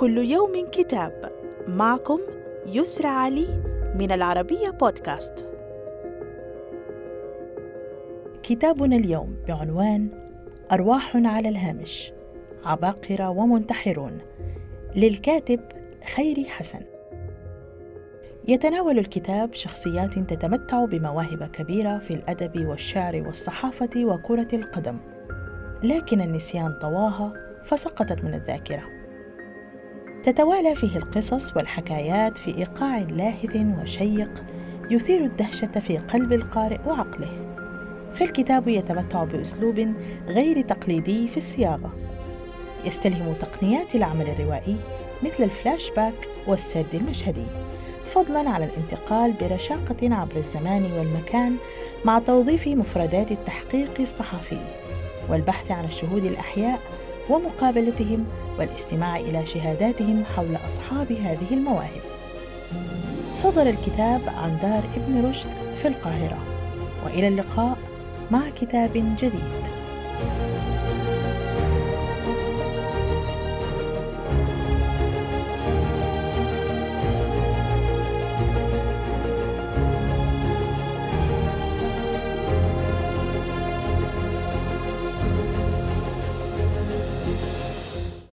كل يوم كتاب. معكم يسرى علي من العربية بودكاست. كتابنا اليوم بعنوان أرواح على الهامش، عباقرة ومنتحرون، للكاتب خيري حسن. يتناول الكتاب شخصيات تتمتع بمواهب كبيرة في الأدب والشعر والصحافة وكرة القدم، لكن النسيان طواها فسقطت من الذاكرة. تتوالى فيه القصص والحكايات في إيقاع لاهث وشيق يثير الدهشة في قلب القارئ وعقله. فالكتاب يتمتع بأسلوب غير تقليدي في الصياغة، يستلهم تقنيات العمل الروائي مثل الفلاش باك والسرد المشهدي، فضلاً على الانتقال برشاقة عبر الزمان والمكان مع توظيف مفردات التحقيق الصحفي والبحث عن الشهود الأحياء ومقابلتهم والاستماع إلى شهاداتهم حول أصحاب هذه المواهب. صدر الكتاب عن دار ابن رشد في القاهرة، وإلى اللقاء مع كتاب جديد.